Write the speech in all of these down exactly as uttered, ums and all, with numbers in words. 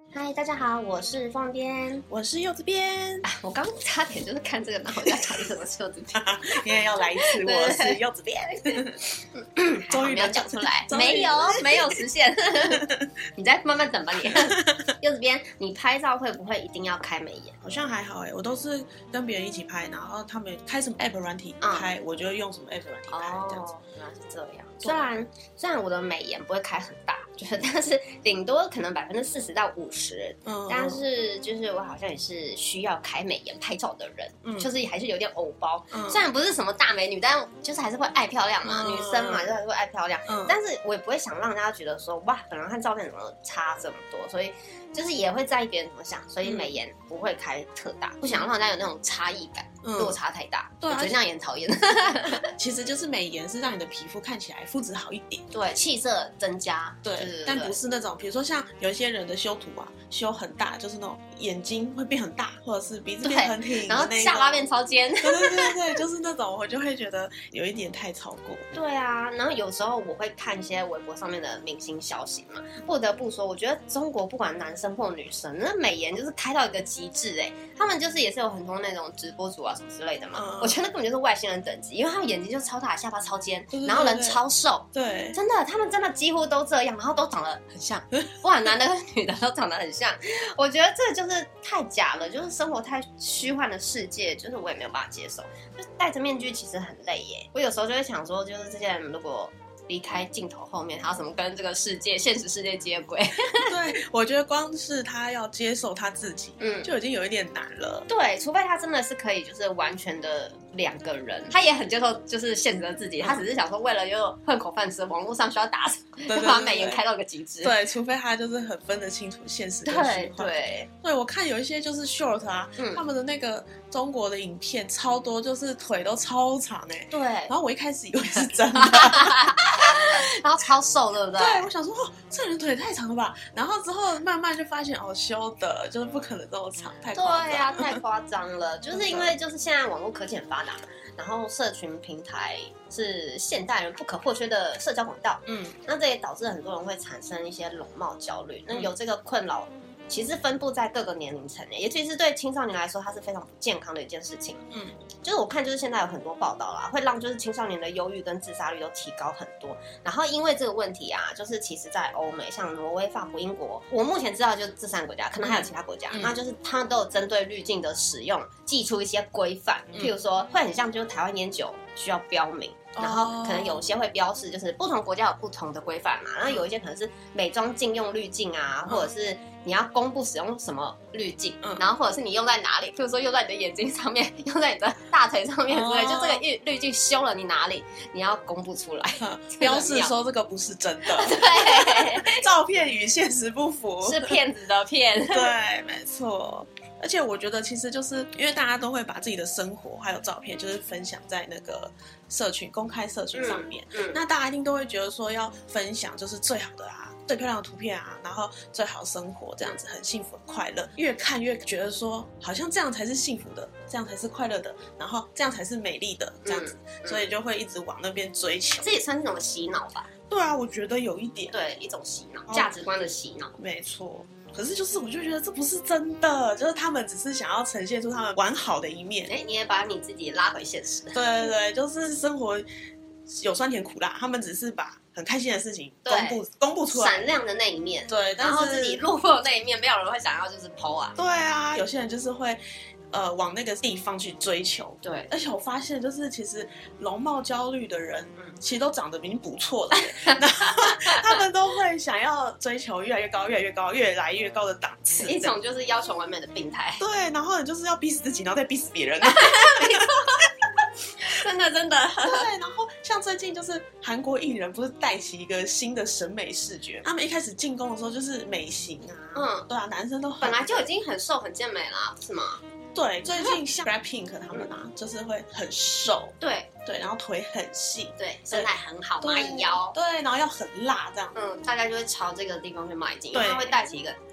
嗨，大家好，我是凤边， 我是柚子边。 啊、我刚差点就是看这个，然后我就讲什么是柚子边， 你也要来一次，我是柚子边。 终于没有讲出来，没有没有实现。你再慢慢等吧，你。柚子边，你拍照会不会一定要开美颜？ 好像还好哎，我都是跟别人一起拍，然后他们开什么 app 软体拍，嗯、我就用什么 app 软体拍，这样子。 原来是这样。虽然虽然我的美颜不会开很大，就是但是顶多可能百分之四十到五十，嗯，但是就是我好像也是需要开美颜拍照的人，嗯，就是还是有点偶包。嗯、虽然不是什么大美女，但就是还是会爱漂亮嘛，嗯、女生嘛，就还是会爱漂亮。嗯，但是我也不会想让大家觉得说哇，本人和照片怎么差这么多，所以就是也会在意别人怎么想，所以美颜不会开特大，不想让大家有那种差异感。嗯、落差太大，对、啊，我觉得那样也很讨厌。 其实就是美颜是让你的皮肤看起来肤质好一点， 对，气色增加， 对，对对对，但不是那种，比如说像有一些人的修图啊，修很大，就是那种眼睛会变很大，或者是鼻子变很挺， 然后下巴变超尖， 对对对对，就是那种我就会觉得有一点太超过。 对啊，然后有时候我会看一些微博上面的明星消息嘛，不得不说，我觉得中国不管男生或女生，那美颜就是开到一个极致哎、欸，他们就是也是有很多那种直播主啊什么之类的嘛，嗯、我觉得根本就是外星人等级，因为他们眼睛就超大，下巴超尖，对对对对，然后人超瘦， 对， 真的，他们真的几乎都这样，然后都长得很像，不管男的跟女的都长得很像。我觉得这就是太假了，就是生活太虚幻的世界，就是我也没有办法接受。就是戴着面具其实很累耶，我有时候就会想说，就是这些人如果离开镜头后面，还有什么跟这个世界、现实世界接轨？ 对，我觉得光是他要接受他自己，嗯，就已经有一点难了。 对，除非他真的是可以，就是完全的两个人，他也很接受，就是现实的自己，他只是想说，为了又混口饭吃，网络上需要打赏，就把美颜开到个极致。 对，除非他就是很分得清楚现实跟虚幻。对，对，我看有一些就是 short 啊，嗯、他们的那个中国的影片超多，就是腿都超长哎、欸。 对， 然后我一开始以为是真的。 然后超瘦，对不对？ 对，我想说，哦，这人腿太长了吧？然后之后慢慢就发现，哦，修的，就是不可能这么长，太夸张。 对呀、啊，太夸张了。就是因为就是现在网络科技很发达，然后社群平台是现代人不可或缺的社交管道。嗯，那这也导致很多人会产生一些容貌焦虑。那有这个困扰。其实分布在各个年龄层，也其实对青少年来说，它是非常不健康的一件事情。嗯，就是我看，就是现在有很多报道啦，会让就是青少年的忧郁跟自杀率都提高很多。然后因为这个问题啊，就是其实在欧美，像挪威、法国、英国，我目前知道就是这三个国家，可能还有其他国家，嗯、那就是他们都有针对滤镜的使用，寄出一些规范，譬如说会很像就是台湾烟酒需要标明。然后可能有些会标示，就是不同国家有不同的规范嘛。然后有一些可能是美妆禁用滤镜啊，或者是你要公布使用什么滤镜，嗯、然后或者是你用在哪里，比如说用在你的眼睛上面，用在你的大腿上面之类，就这个滤滤镜修了你哪里，你要公布出来， 标示说这个不是真的， 对， 照片与现实不符， 是骗子的骗， 对，没错。而且我觉得其实就是因为大家都会把自己的生活还有照片就是分享在那个社群公开社群上面，嗯嗯、那大家一定都会觉得说要分享就是最好的啊，最漂亮的图片啊，然后最好的生活，这样子很幸福很快乐。越看越觉得说好像这样才是幸福的，这样才是快乐的，然后这样才是美丽的，这样子，嗯嗯、所以就会一直往那边追求。 这也算是一种洗脑吧？ 对啊，我觉得有一点， 对，一种洗脑，价值观的洗脑， 没错。可是就是我就觉得这不是真的，就是他们只是想要呈现出他们完好的一面。 哎，你也把你自己拉回现实。 对对对，就是生活有酸甜苦辣，他们只是把很开心的事情公布公布出来， 闪亮的那一面。 对，但是然后自己落魄的那一面，没有人会想要就是 po 啊。 对啊，有些人就是会。呃，往那个地方去追求， 对， 而且我发现，就是其实容貌焦虑的人，嗯，其实都长得已经不错了，然后他们都会想要追求越来越高、越来越高、越来越高的档次， 一种就是要求完美的病态。 对，然后你就是要逼死自己，然后再逼死别人。 没错，真的真的。 对，然后像最近就是韩国艺人不是带起一个新的审美视觉，他们一开始进攻的时候就是美型啊，嗯，对啊，男生都很本来就已经很瘦很健美啦，不是吗？ 对，最近像 BLACKPINK 他们啊，嗯、就是会很瘦， 对对，然后腿很细， 对，身材很好，蚂蚁腰， 对，然后要很辣这样， 嗯，大家就会朝这个地方去迈进，因为它会带起一个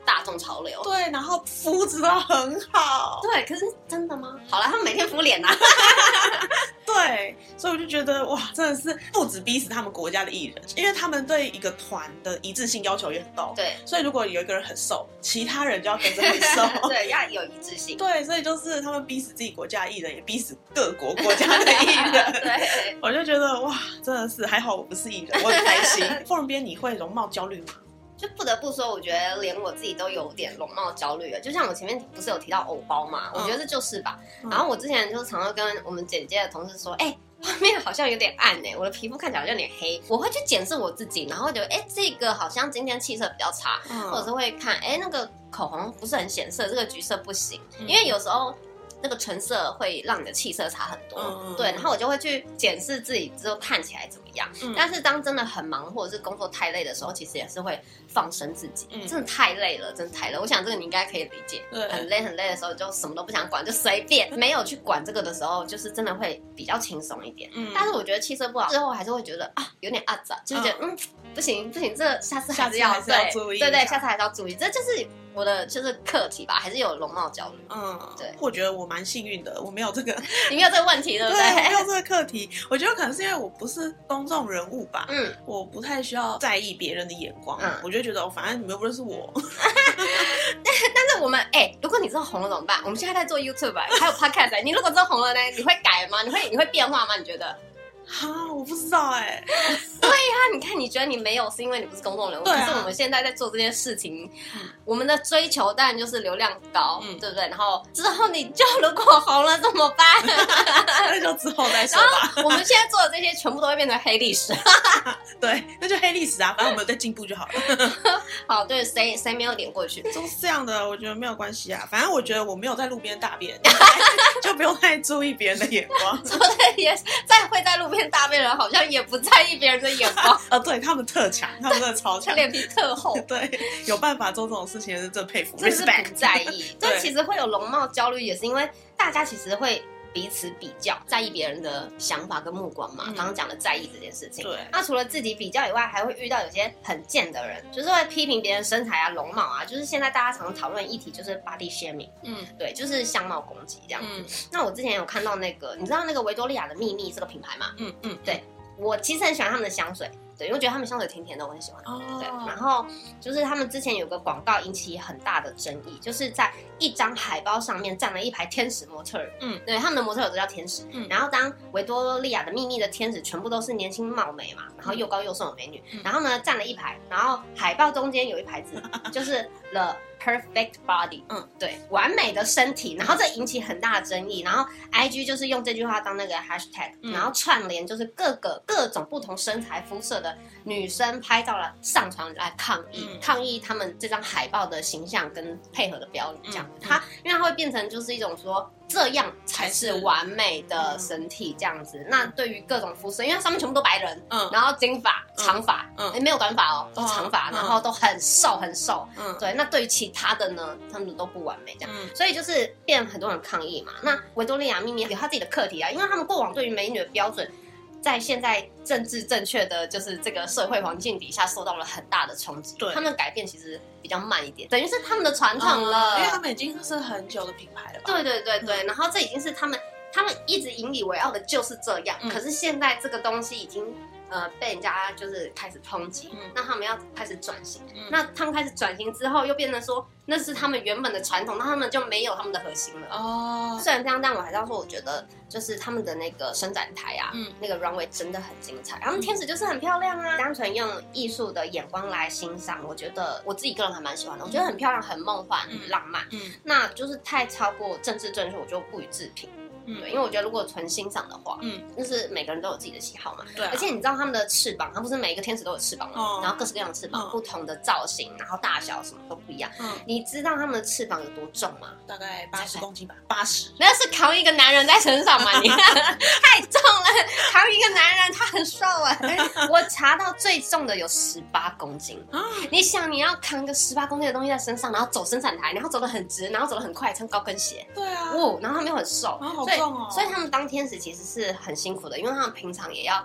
大众潮流。 对，然后肤质都很好。 对，可是真的吗？好了，他们每天敷脸啊。 对，所以我就觉得哇，真的是不止逼死他们国家的艺人，因为他们对一个团的一致性要求也很高。 对， 所以如果有一个人很瘦，其他人就要跟着很瘦。 对，要有一致性。 对，所以就是他们逼死自己国家的艺人，也逼死各国国家的艺人。 对， 我就觉得哇，真的是还好我不是艺人，我很开心。凤人边你会容貌焦虑吗？ 就不得不说，我觉得连我自己都有点容貌焦虑了。就像我前面不是有提到偶包嘛，我觉得这就是吧。嗯、然后我之前就常常跟我们剪接的同事说，哎、欸。画面好像有点暗哎、欸，我的皮肤看起来好像有点黑，我会去检视我自己，然后觉得哎、欸，这个好像今天气色比较差，嗯、或者是会看哎、欸、那个口红不是很显色，这个橘色不行，嗯、因为有时候那个唇色会让你的气色差很多，嗯、对，然后我就会去检视自己之后看起来怎么样。嗯、但是当真的很忙或者是工作太累的时候，其实也是会放生自己，嗯、真的太累了，真的太累。我想这个你应该可以理解，很累很累的时候就什么都不想管，就随便。没有去管这个的时候，就是真的会比较轻松一点。嗯、但是我觉得气色不好之后，还是会觉得啊有点阿杂，就是觉得嗯。嗯不行不行，这个下次还是要下次还是要注意， 对对，下次还是要注意，这就是我的就是课题吧，还是有容貌焦虑。嗯，对， 我觉得我蛮幸运的，我没有这个， 你没有这个问题，对不对？ 对，没有这个课题。我觉得可能是因为我不是公众人物吧，嗯，我不太需要在意别人的眼光，嗯，我就觉得哦，反正你们又不认识我。 但是我们哎、欸，如果你之后红了怎么办？我们现在在做 YouTube， 还有 Podcast， 欸、你如果之后红了呢，你会改吗？你会你会变化吗？你觉得？ 哈，我不知道哎、欸。 对呀、啊，你看，你觉得你没有，是因为你不是公众人物。对、啊。可是我们现在在做这件事情，嗯、我们的追求当然就是流量高，嗯、对不对？然后之后你就如果红了怎么办？ 那就之后再说吧。 我们现在做的这些全部都会变成黑历史。 对，那就黑历史啊，反正我们有在进步就好了。 好，对，谁谁没有点过去， 都是这样的，我觉得没有关系啊。反正我觉得我没有在路边大便，就不用太注意别人的眼光。 说的也在会在路边。大便人好像也不在意别人的眼光。 呃，对，他们特强，他们真的超强， 脸皮特厚。 对，有办法做这种事情是真佩服。 真是不在意。这其实会有容貌焦虑，也是因为大家其实会彼此比较，在意别人的想法跟目光嘛。嗯、刚刚讲的在意这件事情。对。那除了自己比较以外，还会遇到有些很贱的人，就是会批评别人身材啊、容貌啊。就是现在大家常讨论议题就是 body shaming。嗯。对，就是相貌攻击这样子。嗯、那我之前有看到那个，你知道那个维多利亚的秘密这个品牌吗？嗯嗯。对。我其实很喜欢他们的香水，对，因为我觉得他们香水甜甜的，我很喜欢。哦、对，然后就是他们之前有个广告引起很大的争议，就是在一张海报上面站了一排天使模特儿，嗯，对，他们的模特儿都叫天使。嗯，然后当维多利亚的秘密的天使全部都是年轻貌美嘛，然后又高又瘦的美女，嗯、然后呢站了一排，然后海报中间有一排字，就是 The Perfect Body， 嗯，对，完美的身体，然后这引起很大的争议，然后 I G 就是用这句话当那个 hashtag，、嗯、然后串联就是各个各种不同身材肤色的女生拍照了上传来抗议，嗯、抗议他们这张海报的形象跟配合的标语这样，嗯、它因为它会变成就是一种说。这样才是完美的身体，这样子。嗯、那对于各种肤色，因为它上面全部都白人，嗯，然后金发、长发，嗯，欸、没有短发哦，都长发，嗯、然后都很瘦很瘦，嗯，对。那对于其他的呢，他们都不完美，这样，嗯、所以就是变很多人抗议嘛。那维多利亚秘密有他自己的课题啊，因为他们过往对于美女的标准。在现在政治正确的就是这个社会环境底下，受到了很大的冲击。对，他们改变其实比较慢一点，等于是他们的传统了、 嗯，因为他们已经是很久的品牌了吧？ 对对对对，嗯、然后这已经是他们他们一直引以为傲的就是这样。嗯、可是现在这个东西已经呃被人家就是开始抨击，嗯、那他们要开始转型。嗯、那他们开始转型之后，又变成说那是他们原本的传统，那他们就没有他们的核心了。哦，虽然这样，但我还是要说，我觉得。就是他们的那个伸展台啊，嗯、那个 runway 真的很精彩。他们天使就是很漂亮啊，单纯用艺术的眼光来欣赏，我觉得我自己个人还蛮喜欢的。我觉得很漂亮、很梦幻、很浪漫。嗯，那就是太超过政治正确，我就不予置评。嗯，对，因为我觉得如果纯欣赏的话，嗯，就是每个人都有自己的喜好嘛。对、啊，而且你知道他们的翅膀，它不是每一个天使都有翅膀吗？哦、然后各式各样的翅膀，哦、不同的造型，然后大小什么都不一样。嗯，你知道他们的翅膀有多重吗？ 大概八十公斤吧，八十。 那是扛一个男人在身上吗？你太重了，扛一个男人他很瘦哎、欸。我查到最重的有十八公斤。啊，你想你要扛个十八公斤的东西在身上，然后走伸展台，然后走得很直，然后走得很快，穿高跟鞋。 对啊。 哦，然后他们又很瘦， 啊，好重哦。 所以他们当天使其实是很辛苦的，因为他们平常也要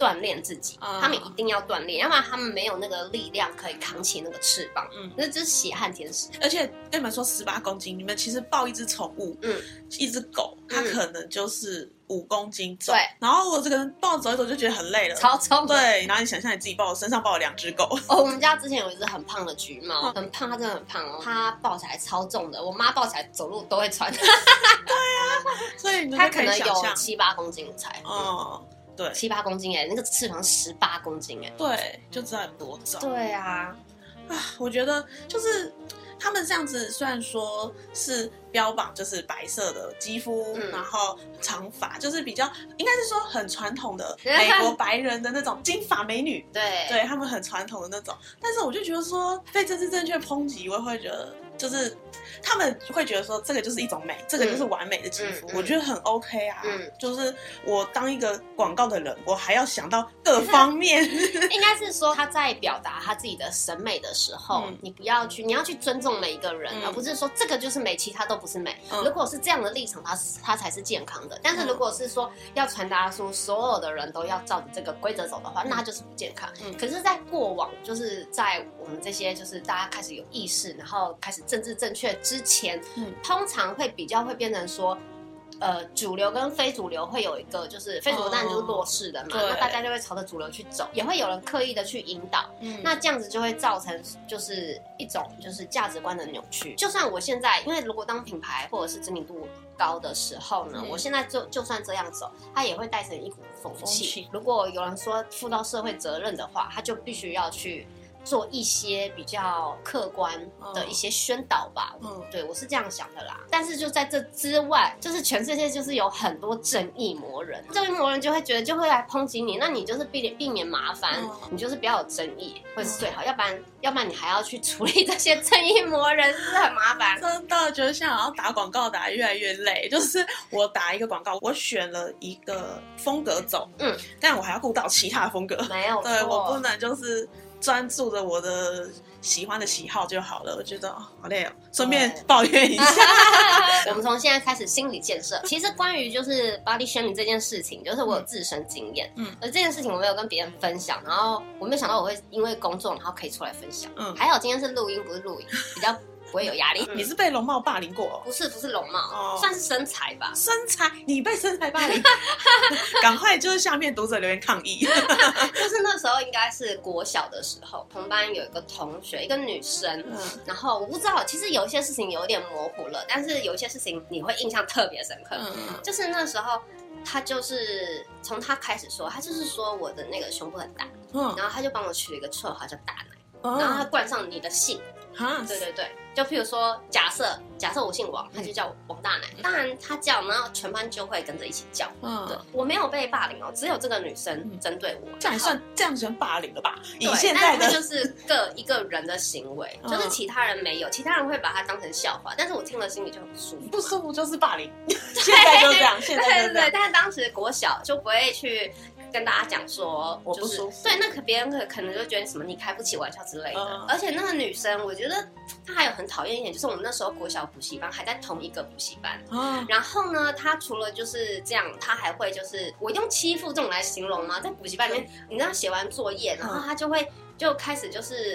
锻炼自己，嗯、他们一定要锻炼，要不然他们没有那个力量可以扛起那个翅膀，嗯，那就是血汗天使。 而且跟你们说十八公斤，你们其实抱一只宠物，嗯，一只狗，它可能就是五公斤重，对。然后我这个人抱走一走就觉得很累了， 超重。 对，然后你想象你自己抱我身上抱了两只狗。 哦，我们家之前有一只很胖的橘猫，嗯、很胖，它真的很胖哦，它抱起来超重的，我妈抱起来走路都会喘。对啊，所以你它可能有七八公斤才。哦。 对， 七八公斤哎，那个翅膀十八公斤哎， 对，就知道有多重。 对啊， 啊，我觉得就是他们这样子，虽然说是标榜就是白色的肌肤，嗯、然后长发，就是比较应该是说很传统的美国白人的那种金发美女， 对， 对他们很传统的那种。但是我就觉得说被政治正确抨击，我会觉得。就是他们会觉得说这个就是一种美，这个就是完美的肌肤，嗯、我觉得很 OK 啊。嗯、就是我当一个广告的人，我还要想到各方面。 应该是说他在表达他自己的审美的时候，嗯、你不要去，你要去尊重每一个人，嗯、而不是说这个就是美，其他都不是美。嗯、如果是这样的立场，他他才是健康的。但是如果是说要传达出所有的人都要照着这个规则走的话，嗯、那他就是不健康。嗯、可是，在过往，就是在我们这些就是大家开始有意识，然后开始。政治正确之前，嗯，通常会比较会变成说，呃，主流跟非主流会有一个，就是非主流当然就是弱势的嘛，哦、那大家就会朝着主流去走，也会有人刻意的去引导，嗯，那这样子就会造成就是一种就是价值观的扭曲。就算我现在，因为如果当品牌或者是知名度高的时候呢，嗯、我现在就就算这样走，它也会带成一股风气。如果有人说负到社会责任的话，他就必须要去。做一些比较客观的一些宣导吧，嗯，对我是这样想的啦。但是就在这之外，就是全世界就是有很多正义魔人，正义魔人就会觉得就会来抨击你，那你就是避避免麻烦，嗯、你就是不要有争议会是最好，嗯、要不然要不然你还要去处理这些正义魔人，是不是很麻烦？ 真的觉得像好像打广告打越来越累，就是我打一个广告，我选了一个风格走，嗯，但我还要顾到其他风格， 没有错， 对我不能就是。专注着我的喜欢的喜好就好了，我觉得、哦、好累哦。顺便抱怨一下， 我们从现在开始心理建设。其实关于就是 body shaming 这件事情，就是我有自身经验，嗯，而这件事情我没有跟别人分享，然后我没有想到我会因为工作然后可以出来分享，嗯，还好今天是录音不是录影，比较。不会有压力。 你是被容貌霸凌过、哦？ 不是，不是容貌，哦、算是身材吧。 身材，你被身材霸凌，赶快就是下面读者留言抗议。 就是那时候应该是国小的时候，同班有一个同学，一个女生，嗯、然后我不知道，其实有一些事情有点模糊了，但是有一些事情你会印象特别深刻。嗯、就是那时候，他就是从他开始说，他就是说我的那个胸部很大，嗯、然后他就帮我取了一个绰号叫大奶，嗯、然后他冠上你的姓。啊，对对对，就譬如说，假设假设我姓王，他就叫我王大奶。当然他叫，然后全班就会跟着一起叫。嗯，对，我没有被霸凌哦，只有这个女生针对我。 这样算这样算霸凌了吧？以对， 现在的但就是各一个人的行为，嗯、就是其他人没有，其他人会把它当成笑话，但是我听了心里就很不舒服。 不舒服就是霸凌，现在就这样，现在就这样。 对对对，但是当时国小就不会去。跟大家讲说，我不舒服，对，那可别人可可能就觉得什么你开不起玩笑之类的。嗯、而且那个女生，我觉得她还有很讨厌一点，就是我们那时候国小补习班还在同一个补习班。嗯、然后呢，她除了就是这样，她还会就是我用欺负这种来形容吗？在补习班里面，嗯、你知道写完作业，然后她就会。就开始就是，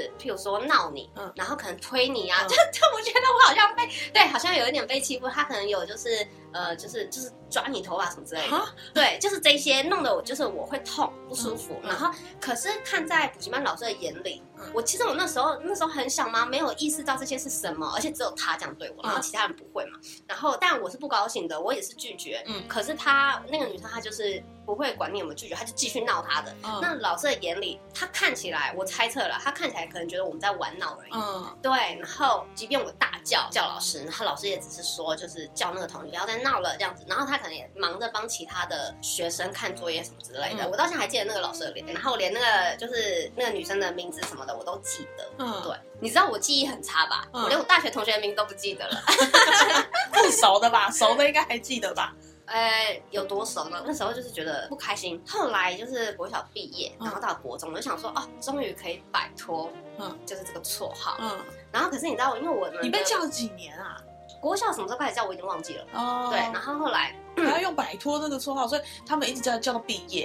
譬如说闹你，嗯、然后可能推你啊，嗯、就就我觉得我好像被对，好像有一点被欺负。他可能有就是呃，就是就是抓你头发什么之类的，对，就是这些弄得我就是我会痛不舒服。嗯、然后可是看在补习班老师的眼里，嗯、我其实我那时候那时候很小嘛，没有意识到这些是什么，而且只有他这样对我，然后其他人不会嘛。然后但我是不高兴的，我也是拒绝。嗯，可是他那个女生她就是不会管你有没有拒绝，她就继续闹他的。嗯、那老师的眼里，他看起来我猜测了，他看起来可能觉得我们在玩闹而已。嗯，对。然后即便我大叫叫老师，然后老师也只是说就是叫那个同学不要再闹了这样子，然后他可能也忙着帮其他的学生看作业什么之类的。嗯、我到现在还记得那个老师的脸，然后连那个就是那个女生的名字什么的我都记得。嗯，对。你知道我记忆很差吧？嗯、我连我大学同学的名字都不记得了。 不熟的吧？熟的应该还记得吧？ 呃，有多熟呢？那时候就是觉得不开心。后来就是国小毕业，然后到国中，我就想说，哦，终于可以摆脱，嗯，就是这个绰号。嗯，然后可是你知道，因为我你被叫了几年啊？ 国小什么时候开始叫我已经忘记了。哦，对，然后后来还要用摆脱那个绰号，所以他们一直叫叫到毕业哦。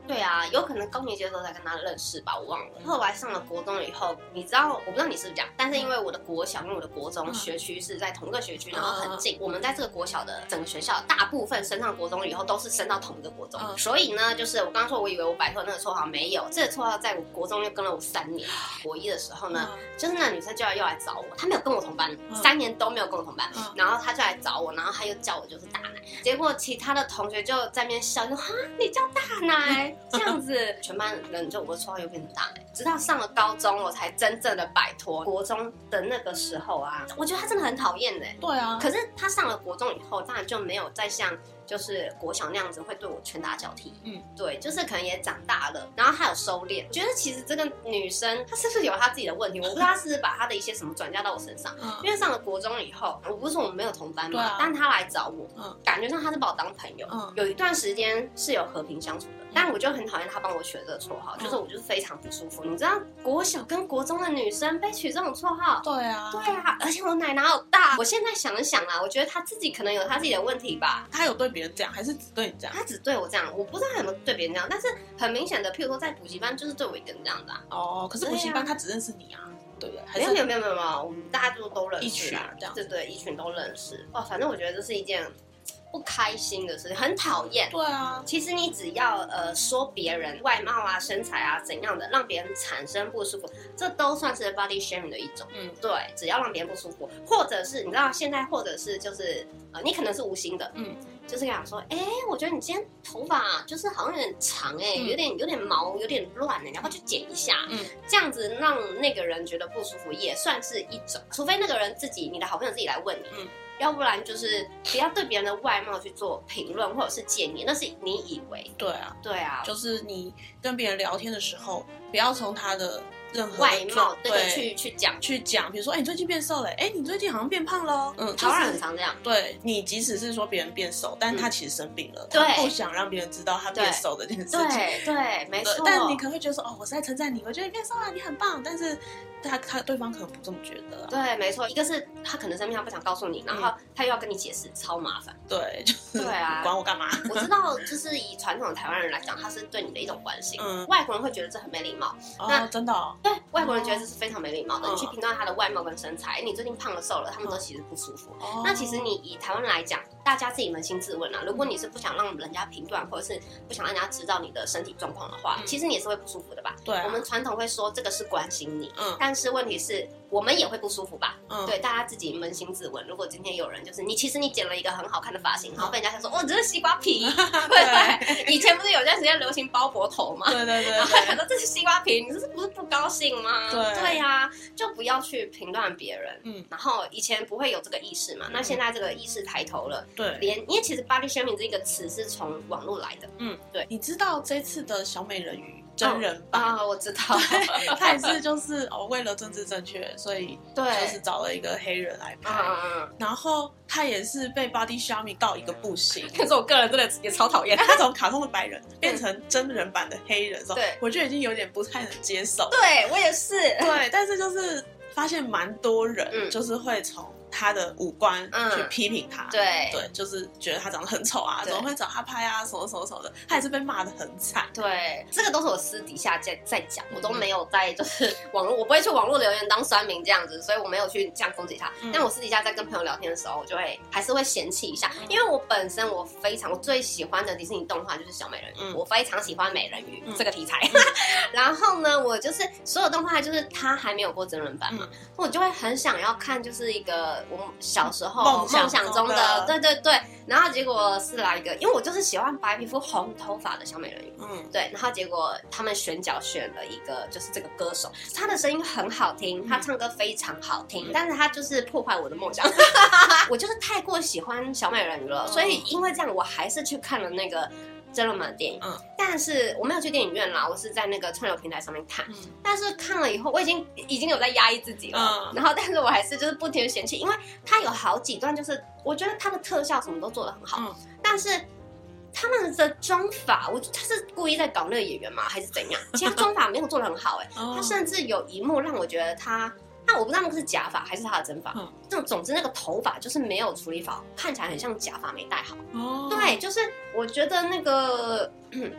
对啊，有可能高年级的时候才跟他认识吧，我忘了。后来上了国中以后，你知道，我不知道你是不是这样，但是因为我的国小跟我的国中学区是在同一个学区，然后很近，我们在这个国小的整个学校，大部分升上国中以后都是升到同一个国中，所以呢，就是我刚刚说，我以为我摆脱那个绰号，没有，这个绰号在我国中又跟了我三年。国一的时候呢，就是那女生就要又来找我，她没有跟我同班，三年都没有跟我同班，然后她就来找我，然后她又叫我就是大奶，结果其他的同学就在那边笑，就哈你叫大奶这样子，全班人就我的绰号又变成大奶。直到上了高中，我才真正的摆脱。国中的那个时候啊，我觉得他真的很讨厌的。 对啊。 可是他上了国中以后，当然就没有再像就是国小那样子会对我拳打脚踢。嗯，对，就是可能也长大了，然后他有收敛。我觉得其实这个女生她是不是有她自己的问题？我不知道她是不是把她的一些什么转嫁到我身上。嗯、因为上了国中以后，我不是说我们没有同班嘛，啊、但她来找我，嗯、感觉上她是把我当朋友。嗯、有一段时间是有和平相处的。但我就很讨厌他帮我取的这个绰号，就是我就是非常不舒服。你知道国小跟国中的女生被取这种绰号， 对啊， 对啊，而且我奶哪有大？我现在想一想啊，我觉得他自己可能有他自己的问题吧。 他有对别人这样，还是只对你这样？ 他只对我这样，我不知道他有没有对别人这样，但是很明显的，譬如说在补习班就是对我一个人这样的、啊。 哦，可是补习班他只认识你啊。对不对？ 没有没有没有没有没有，我们大家就都认识， 一群这样， 对对，一群都认识。哦，反正我觉得这是一件不开心的事情，很讨厌。 对啊， 其实你只要呃说别人外貌啊、身材啊怎样的，让别人产生不舒服，这都算是 body shaming 的一种。嗯，对，只要让别人不舒服，或者是你知道现在，或者是就是呃，你可能是无心的，嗯，就是跟他说，哎、欸，我觉得你今天头发就是好像有点长、欸，哎、嗯，有点有点毛，有点乱、欸，你要不要去剪一下？嗯，这样子让那个人觉得不舒服，也算是一种，除非那个人自己，你的好朋友自己来问你，嗯。要不然就是不要对别人的外貌去做评论或者是建议，那是你以为。 对啊， 对啊， 就是你跟别人聊天的时候，不要从他的任何外貌对对去去讲去讲，比如说，哎、欸，你最近变瘦了，哎、欸，你最近好像变胖了，嗯， 台湾人很常这样。 对你，即使是说别人变瘦，但是他其实生病了， 对、 嗯，不想让别人知道他变瘦的这件事情。 对对，没错。 但你可能会觉得说，哦，我是在称赞你，我觉得你变瘦了，你很棒，但是。他他对方可能不这么觉得、啊， 对，没错，一个是他可能生病，他不想告诉你，然后他又要跟你解释，超麻烦。 对，就是对啊， 管我干嘛？ 我知道，就是以传统的台湾人来讲，他是对你的一种关心。嗯，外国人会觉得这很没礼貌。 哦，那真的、哦？ 对，外国人觉得这是非常没礼貌的。哦、你去评断他的外貌跟身材，你最近胖了瘦了，他们都其实不舒服。哦、那其实你以台湾人来讲，大家自己扪心自问啊，如果你是不想让人家评断，或者是不想让人家知道你的身体状况的话，嗯、其实你也是会不舒服的吧？ 对、啊， 我们传统会说这个是关心你，嗯，但是问题是。我们也会不舒服吧？嗯，对，大家自己扪心自问。如果今天有人就是你，其实你剪了一个很好看的发型，然后被人家想说，哦，这是西瓜皮，对对。以前不是有段时间流行包脖头吗？ 对对对。 然后想说这是西瓜皮，你这是不是不高兴吗？ 对对呀、啊，就不要去评断别人。嗯，然后以前不会有这个意识嘛，那现在这个意识抬头了。对，连因为其实 body shaming 这个词是从网络来的。嗯，对。 你知道这次的小美人鱼？真人版啊、哦，我知道， 他也是就是哦，为了政治正确，所以对， 就是找了一个黑人来拍，嗯、然后他也是被 body shaming 到一个不行。 可是我个人真的也超讨厌， 他从卡通的白人变成真人版的黑人的时候，对，我就已经有点不太能接受。 对我也是， 对，但是就是发现蛮多人就是会从。他的五官去批评他，嗯、对对，就是觉得他长得很丑啊，怎么会找他拍啊，什么什么什么的，他也是被骂得很惨。 对，这个都是我私底下在在讲，我都没有在就是网络，我不会去网络留言当酸民这样子，所以我没有去这样攻击他。嗯、但我私底下在跟朋友聊天的时候，我就会还是会嫌弃一下，因为我本身我非常我最喜欢的迪士尼动画就是小美人鱼，嗯、我非常喜欢美人鱼、嗯、这个题材。嗯、然后呢，我就是所有动画就是它还没有过真人版嘛，嗯、我就会很想要看，就是一个。我小时候梦想中的，对对对，然后结果是来一个，因为我就是喜欢白皮肤红头发的小美人鱼，嗯，对，然后结果他们选角选了一个就是这个歌手，他的声音很好听，他唱歌非常好听，嗯、但是他就是破坏我的梦想，我就是太过喜欢小美人鱼了，所以因为这样，我还是去看了那个。真人版的电影，嗯，但是我没有去电影院啦，我是在那个串流平台上面看，嗯、但是看了以后，我已经已经有在压抑自己了，嗯、然后但是我还是就是不停的嫌弃，因为它有好几段就是我觉得它的特效什么都做得很好，嗯、但是他们的妆法，我他是故意在搞那个演员吗，还是怎样？其实他妆法没有做得很好、欸，哎，哦、他甚至有一幕让我觉得他。那我不知道那个是假发还是他的真发，嗯，这种总之那个头发就是没有处理好，看起来很像假发没戴好。哦，对，就是我觉得那个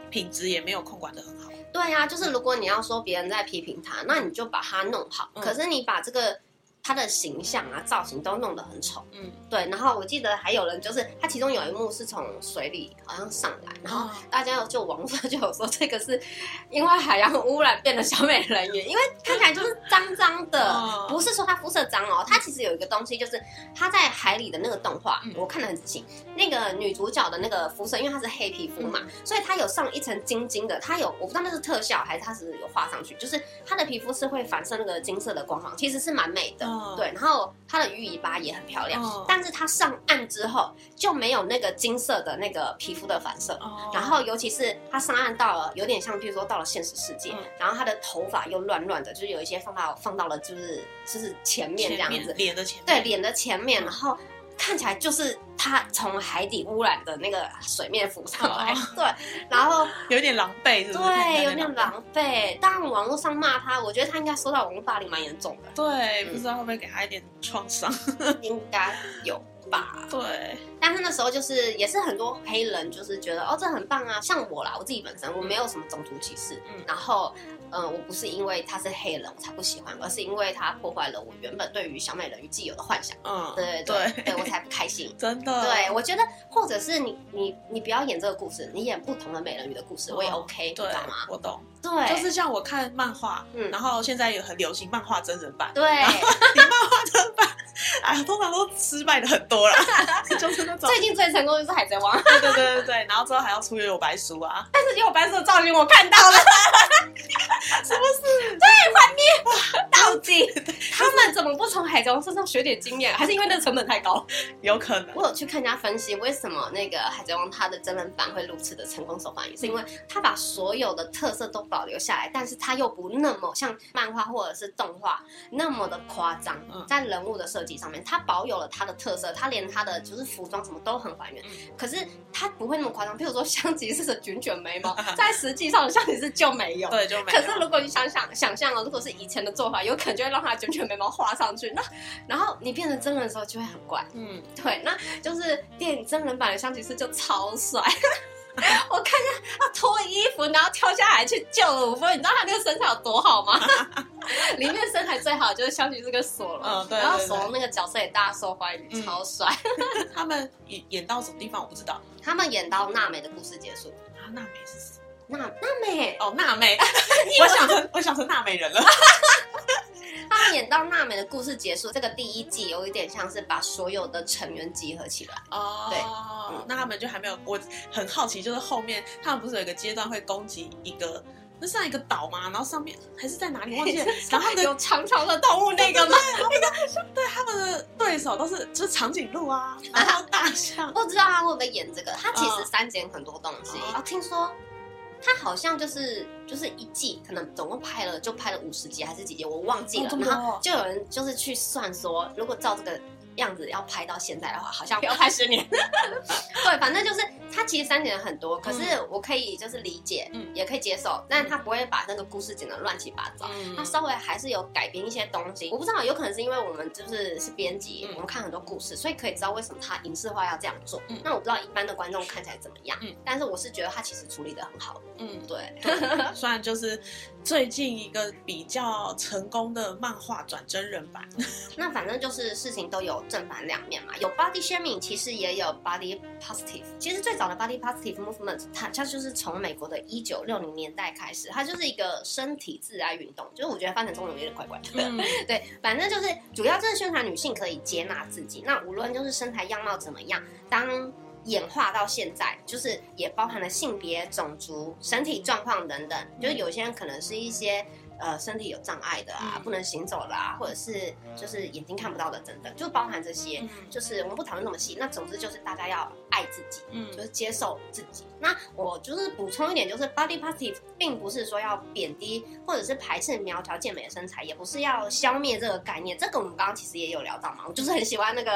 品质也没有控管得很好。 对啊，就是如果你要说别人在批评他，那你就把他弄好。嗯、可是你把这个他的形象啊、造型都弄得很丑。嗯，对。然后我记得还有人就是他其中有一幕是从水里好像上来，然后大家就网络上就有说这个是因为海洋污染变得小美人鱼，因为看起来就是脏脏的，哦、不是说他肤色脏哦，他其实有一个东西就是他在海里的那个动画，嗯、我看得很仔细，那个女主角的那个肤色，因为她是黑皮肤嘛，嗯、所以她有上一层金金的，她有我不知道那是特效还是她是有画上去，就是她的皮肤是会反射那个金色的光芒，其实是蛮美的。哦、对，然后她的鱼尾巴也很漂亮，哦、但是她上岸之后就没有那个金色的那个皮肤的反射，哦、然后尤其是她上岸到了有点像，比如说到了现实世界，嗯、然后她的头发又乱乱的，就是有一些放到放到了就是就是前面这样子， 脸的前面， 对，脸的前面，然后看起来就是她从海底污染的那个水面浮上来，哦、对，然后有点狼狈，是不是？ 对，有点狼狈。当然网络上骂她，我觉得她应该受到网络霸凌蛮严重的。 对，嗯、不知道会不会给她一点创伤？ 应该有吧。 对， 但是那时候就是也是很多黑人就是觉得哦这很棒啊，像我啦，我自己本身我没有什么种族歧视，嗯、然后。嗯，我不是因为他是黑人我才不喜欢，而是因为他破坏了我原本对于小美人鱼既有的幻想。嗯，对对 对, 对，我才不开心。 真的， 对，我觉得或者是你你你不要演这个故事，你演不同的美人鱼的故事，哦、我也 OK， 你知道吗？ 我懂。 对， 就是像我看漫画，嗯，然后现在也很流行漫画真人版， 对， 你漫画真人版，哎，通常都失败的很多啦，就是那种。 最近最成功的就是海贼王， 对对对对对，然后之后还要出幽游白书啊， 但是幽游白书的造型我看到了。 是不是？ 对，幻灭到底他们怎么不从海贼王身上学点经验？还是因为那个成本太高？ 有可能。 我有去看人家分析，为什么那个海贼王它的真人版会如此的成功受欢迎，是因为他把所有的特色都保留下来，但是他又不那么像漫画或者是动画那么的夸张，在人物的设计上面，他保有了他的特色，他连他的就是服装什么都很还原，可是他不会那么夸张。譬如说香吉士的卷卷眉毛，在实际上的香吉士就没有， 对，就没有。 可是如果你想想想象了，如果是以前的做法，有可能就会让他卷卷眉毛画上去，那然后你变成真人的时候就会很怪。嗯，对，那就是电影真人版的香吉士就超帅。我看见他脱衣服，然后跳下来去救了五分，你知道他那个身材有多好吗？里面身材最好就是香吉士跟索隆，嗯，对对对，然后索隆那个角色也大受欢迎，嗯、超帅。 他们演到什么地方我不知道。 他们演到娜美的故事结束。 啊，娜美是谁？ 娜娜美哦，娜美，我想成我想成娜美人了。 他们演到娜美的故事结束，这个第一季有一点像是把所有的成员集合起来。哦，对， 嗯、那他们就还没有。我很好奇，就是后面他们不是有一个阶段会攻击一个，那是一个岛吗？然后上面还是在哪里忘记了？然后有长长的动物那个吗？ 那个对，他们的对手都是就是长颈鹿啊，然后大象。 不知道他会不会演这个？他其实删减很多东西。哦，听说。他好像就是就是一季，可能总共拍了就拍了五十集还是几集，我忘记了。哦、然后就有人就是去算说，如果照这个样子要拍到现在的话，好像要拍十年。对，反正就是他其实删减了很多，可是我可以就是理解，嗯、也可以接受，但是他不会把那个故事剪得乱七八糟，嗯、他稍微还是有改编一些东西。我不知道，有可能是因为我们就是是编辑，嗯、我们看很多故事，所以可以知道为什么他影视化要这样做。嗯、那我不知道一般的观众看起来怎么样，嗯、但是我是觉得他其实处理得很好。嗯，对。 虽然就是最近一个比较成功的漫画转真人版， 那反正就是事情都有正反两面嘛，有 body shaming， 其实也有 body positive。其实最早的 body positive movement， 它它就是从美国的一九六零年代开始，它就是一个身体自爱运动，就是我觉得翻成中文有点怪怪的。嗯、对，反正就是主要就是宣传女性可以接纳自己，那无论就是身材样貌怎么样，当演化到现在，就是也包含了性别、种族、身体状况等等。就是有些人可能是一些呃身体有障碍的啊，嗯、不能行走的啊，或者是就是眼睛看不到的等等，就包含这些。嗯、就是我们不讨论那么细。那总之就是大家要爱自己，嗯，就是接受自己。那我就是补充一点，就是 body positive 并不是说要贬低或者是排斥苗条健美的身材，也不是要消灭这个概念。这个我们刚刚其实也有聊到嘛，我就是很喜欢那个。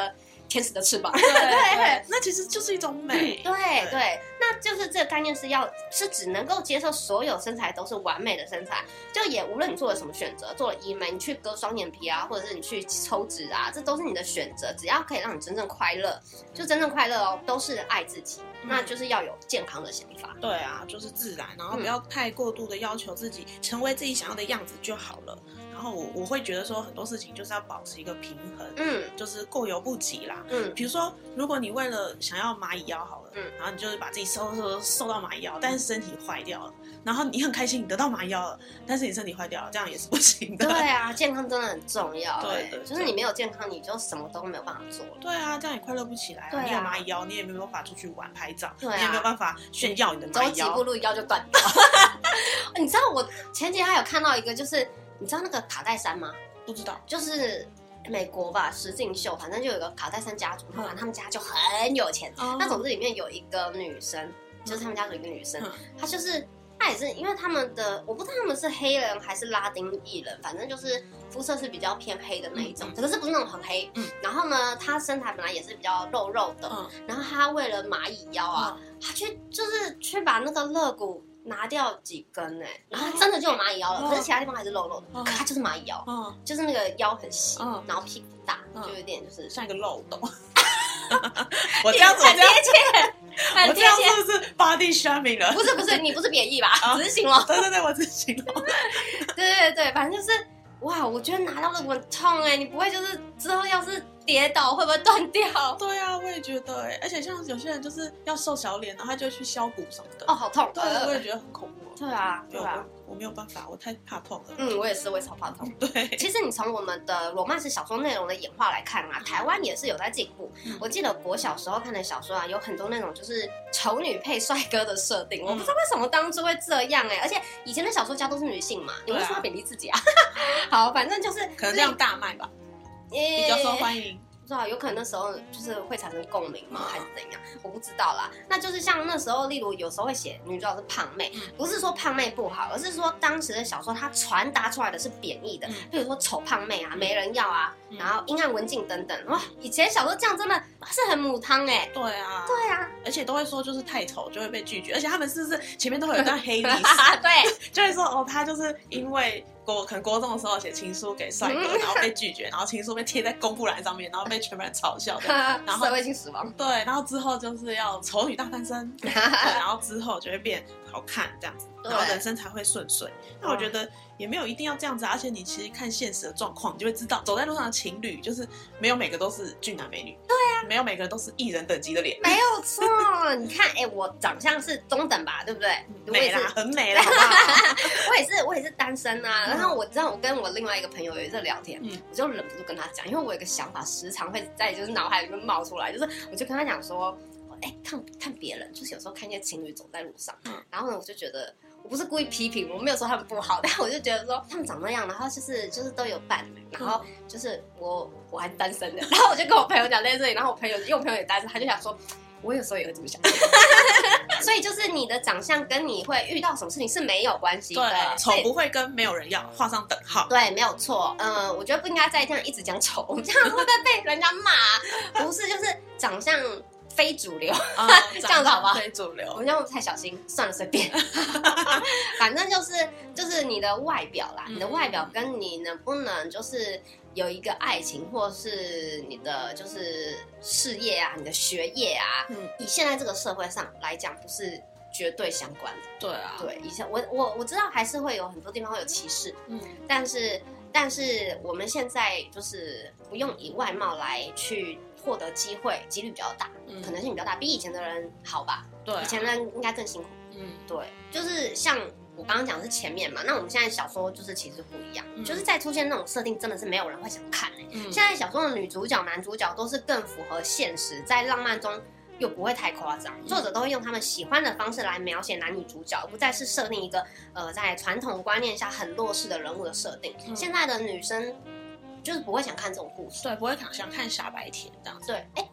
天使的翅膀。 对对，那其实就是一种美。 对 对, 对，那就是这个概念是要是只能够接受所有身材都是完美的身材，就也无论你做了什么选择，做了医美，你去割双眼皮啊，或者是你去抽脂啊，这都是你的选择，只要可以让你真正快乐，就真正快乐哦，都是爱自己。那就是要有健康的想法。 对啊，就是自然，然后不要太过度的要求自己，嗯、成为自己想要的样子就好了。然后我我会觉得说很多事情就是要保持一个平衡，嗯，就是过犹不及啦。嗯，比如说如果你为了想要蚂蚁腰好了，嗯，然后你就是把自己瘦瘦瘦到蚂蚁腰，但是身体坏掉了，然后你很开心你得到蚂蚁腰了，但是你身体坏掉了，这样也是不行的。 对啊，健康真的很重要。 对对， 就是你没有健康，你就什么都没有办法做了。 对啊，这样也快乐不起来、啊。 对啊， 你有蚂蚁腰，你也没有办法出去玩拍照， 对啊， 你也没有办法炫耀你的蚂蚁腰， 走几步路腰就断掉。你知道我前几天还有看到一个，就是你知道那个卡戴珊吗？ 不知道， 就是美国吧，实境秀，反正就有个卡戴珊家族，嗯、他们家就很有钱。嗯、那总之里面有一个女生，就是他们家族一个女生，嗯、她就是她也是，因为他们的我不知道他们是黑人还是拉丁裔人，反正就是肤色是比较偏黑的那一种，嗯、可是不是那种很黑。嗯、然后呢，她身材本来也是比较肉肉的，嗯、然后她为了蚂蚁腰啊，她、嗯、去就是去把那个肋骨拿掉几根哎、欸，然后真的就有蚂蚁腰了，哦、可是其他地方还是肉肉的，哦、可它就是蚂蚁腰，哦、就是那个腰很细，哦、然后屁股大，哦、就有点就是像一个漏洞。我这样子， 很贴切，很贴切， 是不是 body shaming 了？ 不是不是，你不是贬义吧？哦、只是形容。 对对对，我只是形容。 对对对，反正就是。哇，我觉得拿到肋骨很痛哎、欸，你不会就是之后要是跌倒会不会断掉？ 对啊，我也觉得哎、欸，而且像有些人就是要瘦小脸，然后他就去削骨什么的。 哦，好痛！ 对，呃、我也觉得很恐怖。 对啊，对啊我，我没有办法，我太怕痛了。 嗯，我也是，我也超怕痛。 对， 其实你从我们的罗曼史小说内容的演化来看啊，台湾也是有在进步。嗯、我记得我小时候看的小说啊，有很多那种就是丑女配帅哥的设定，嗯、我不知道为什么当初会这样哎、欸，而且以前的小说家都是女性嘛，你为什么要贬低自己啊？好，反正就是。 可能这样大卖吧，比较受欢迎。 不知道，有可能那时候就是会产生共鸣吗，还是怎样？我不知道啦。那就是像那时候，例如有时候会写女主角是胖妹，嗯、不是说胖妹不好，而是说当时的小说它传达出来的是贬义的，嗯、比如说丑胖妹啊、没人要啊，嗯、然后阴暗文静等等。哇，以前小说这样真的是很母汤哎、欸。 对啊， 对啊， 而且都会说就是太丑就会被拒绝，而且他们是不是前面都会有一段黑历史？ 对， 就会说哦，他就是因为。国可能国中的时候写情书给帅哥，然后被拒绝，然后情书被贴在公布栏上面，然后被全班人嘲笑的，然后社会性死亡。 对，然后之后就是要丑女大翻身，然后之后就会变好看这样子，然后人生才会顺遂。那我觉得也没有一定要这样子，而且你其实看现实的状况，你就会知道，走在路上的情侣就是没有每个都是俊男美女， 对啊， 没有每个人都是艺人等级的脸， 没有错。你看，哎、欸，我长相是中等吧，对不对？ 美啦，很美啦，好不好？ 我也是，我也是单身啊。然后我知道，我跟我另外一个朋友有在聊天，嗯、我就忍不住跟他讲，因为我有一个想法，时常会在就是脑海里面冒出来，就是我就跟他讲说，哎、欸，看看别人，就是有时候看见情侣走在路上，嗯、然后呢，我就觉得。我不是故意批评，我没有说他们不好，但我就觉得说他们长那样，然后就是就是都有伴侣，然后就是我我还是单身的，然后我就跟我朋友讲在这里，然后我朋友因为我朋友也单身，他就想说，我有时候也会这么想，所以就是你的长相跟你会遇到什么事情是没有关系的， 对，丑不会跟没有人要画上等号， 对，没有错，嗯、呃，我觉得不应该再这样一直讲丑，我们这样会不会被人家骂？不是，就是长相。非主流，哦、这样子好不好？ 非主流， 我们这样太小心，算了，随便。反正就是就是你的外表啦，嗯、你的外表跟你能不能就是有一个爱情，或是你的就是事业啊，你的学业啊，嗯、以现在这个社会上来讲，不是绝对相关的。 对啊， 对，以前我我我知道还是会有很多地方会有歧视，嗯，但是但是我们现在就是不用以外貌来去。获得机会几率比较大，嗯、可能性比较大，比以前的人好吧？ 对、啊， 以前的人应该更辛苦。嗯，对，就是像我刚刚讲的是前面嘛，那我们现在小说就是其实不一样，嗯、就是再出现那种设定，真的是没有人会想看哎、欸。嗯、现在小说的女主角、男主角都是更符合现实，在浪漫中又不会太夸张，作者都会用他们喜欢的方式来描写男女主角，而不再是设定一个呃在传统观念下很弱势的人物的设定。嗯、现在的女生。就是不会想看这种故事， 对，不会想看傻白甜这样子。 对，哎，不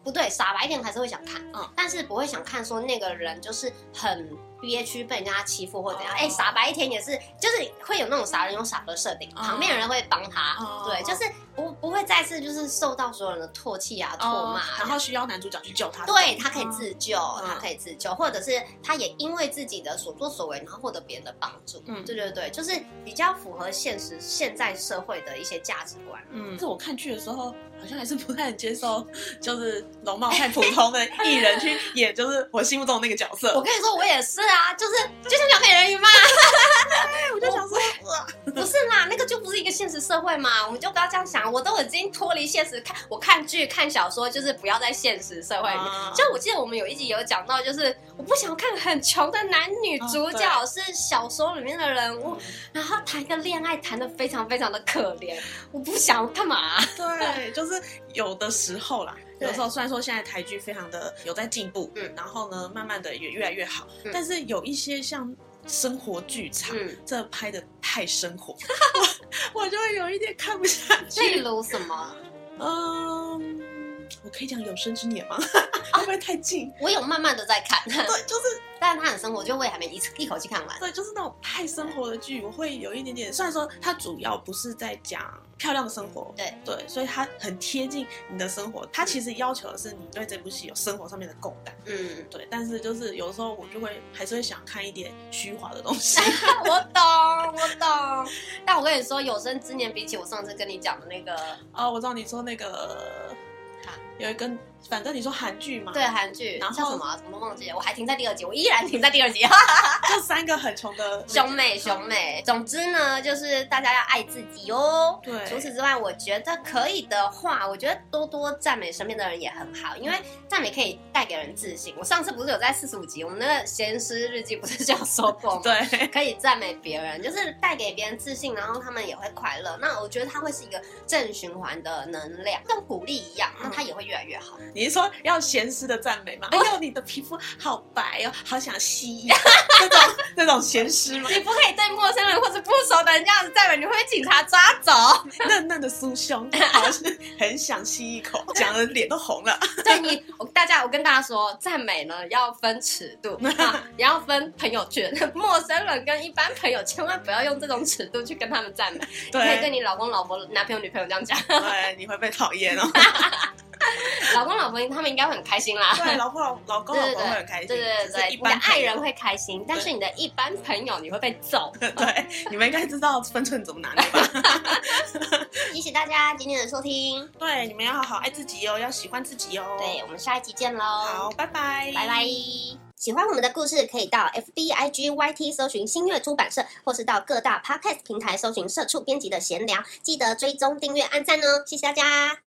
不对，傻白甜还是会想看， 嗯， 但是不会想看说那个人就是很憋屈被人家欺负或怎样。哎、 哦欸，傻白甜也是，就是会有那种傻人有傻的设定， 哦、 旁边的人会帮他， 哦、 对，就是不不会再次就是受到所有人的唾弃啊、唾骂、 哦，然后需要男主角去救他， 对他可以自救， 嗯、 他可以自救，或者是他也因为自己的所作所为，然后获得别人的帮助。嗯，对对对，就是比较符合现实现在社会的一些价值观。 嗯，是我看剧的时候。好像还是不太能接受，就是容貌太普通的艺人去演，就是我心目中的那个角色。 我跟你说，我也是啊，就是就像小美人鱼嘛。 对，我就想说， 不是啦，那个就不是一个现实社会嘛，我们就不要这样想。我都已经脱离现实，看我看剧看小说，就是不要在现实社会里面。啊、就我记得我们有一集有讲到，就是我不想看很穷的男女主角、啊、是小说里面的人物，然后谈个恋爱谈得非常非常的可怜，我不想干嘛、啊？ 对，就是。就是有的时候啦，有时候虽然说现在台剧非常的有在进步，嗯，然后呢，慢慢的也越来越好，嗯、但是有一些像生活剧场，嗯、这拍的太生活，我我就会有一点看不下去。 例如什么？ 嗯，我可以讲有生之年吗？会不会太近？ 我有慢慢的在看， 对，就是。 但是它很生活，就我也还没一一口气看完。 对，就是那种太生活的剧，我会有一点点。虽然说它主要不是在讲漂亮的生活， 对对，所以它很贴近你的生活。它其实要求的是你对这部戏有生活上面的共感，嗯，对。但是就是有时候我就会还是会想看一点虚华的东西。 我懂，我懂。但我跟你说，有生之年比起我上次跟你讲的那个， 哦，我知道你说那个。有一个，反正你说韩剧嘛， 对，韩剧， 然后叫什么、啊？什么忘记了？我还停在第二集，我依然停在第二集。 就三个很穷的兄妹，兄妹。总之呢，就是大家要爱自己哦。 对。 除此之外，我觉得可以的话，我觉得多多赞美身边的人也很好，因为赞美可以带给人自信。我上次不是有在四十五集，我们那个闲诗日记不是就有说过吗？ 对， 可以赞美别人，就是带给别人自信，然后他们也会快乐。那我觉得它会是一个正循环的能量，跟鼓励一样，那它也会越来越好。 你是说要闲诗的赞美吗？哎呦，你的皮肤好白哦，好想吸呀，这种这种闲诗吗？ 你不可以对陌生人或是不熟的人这样子赞美，你会被警察抓走。 嫩嫩的酥胸，好像很想吸一口，讲的脸都红了。 对你，我大家，我跟大家说，赞美呢要分尺度，啊、也要分朋友圈。陌生人跟一般朋友千万不要用这种尺度去跟他们赞美。 对， 你可以对你老公、老婆、男朋友、女朋友这样讲。 对，你会被讨厌哦。 老公老婆他们应该会很开心啦。 对，老婆老老公老婆会很开心。 对对对， 一般你的爱人会开心，但是你的一般朋友你会被揍。 对，你们应该知道分寸怎么拿捏吧？ 谢谢大家今天的收听。 对，你们要好好爱自己哦，要喜欢自己哦。 对，我们下一集见喽。 好，拜拜， 拜拜。喜欢我们的故事，可以到 F B I G Y T 搜寻新月出版社，或是到各大 Podcast 平台搜寻社畜编辑的闲聊，记得追踪、订阅、按赞哦，谢谢大家。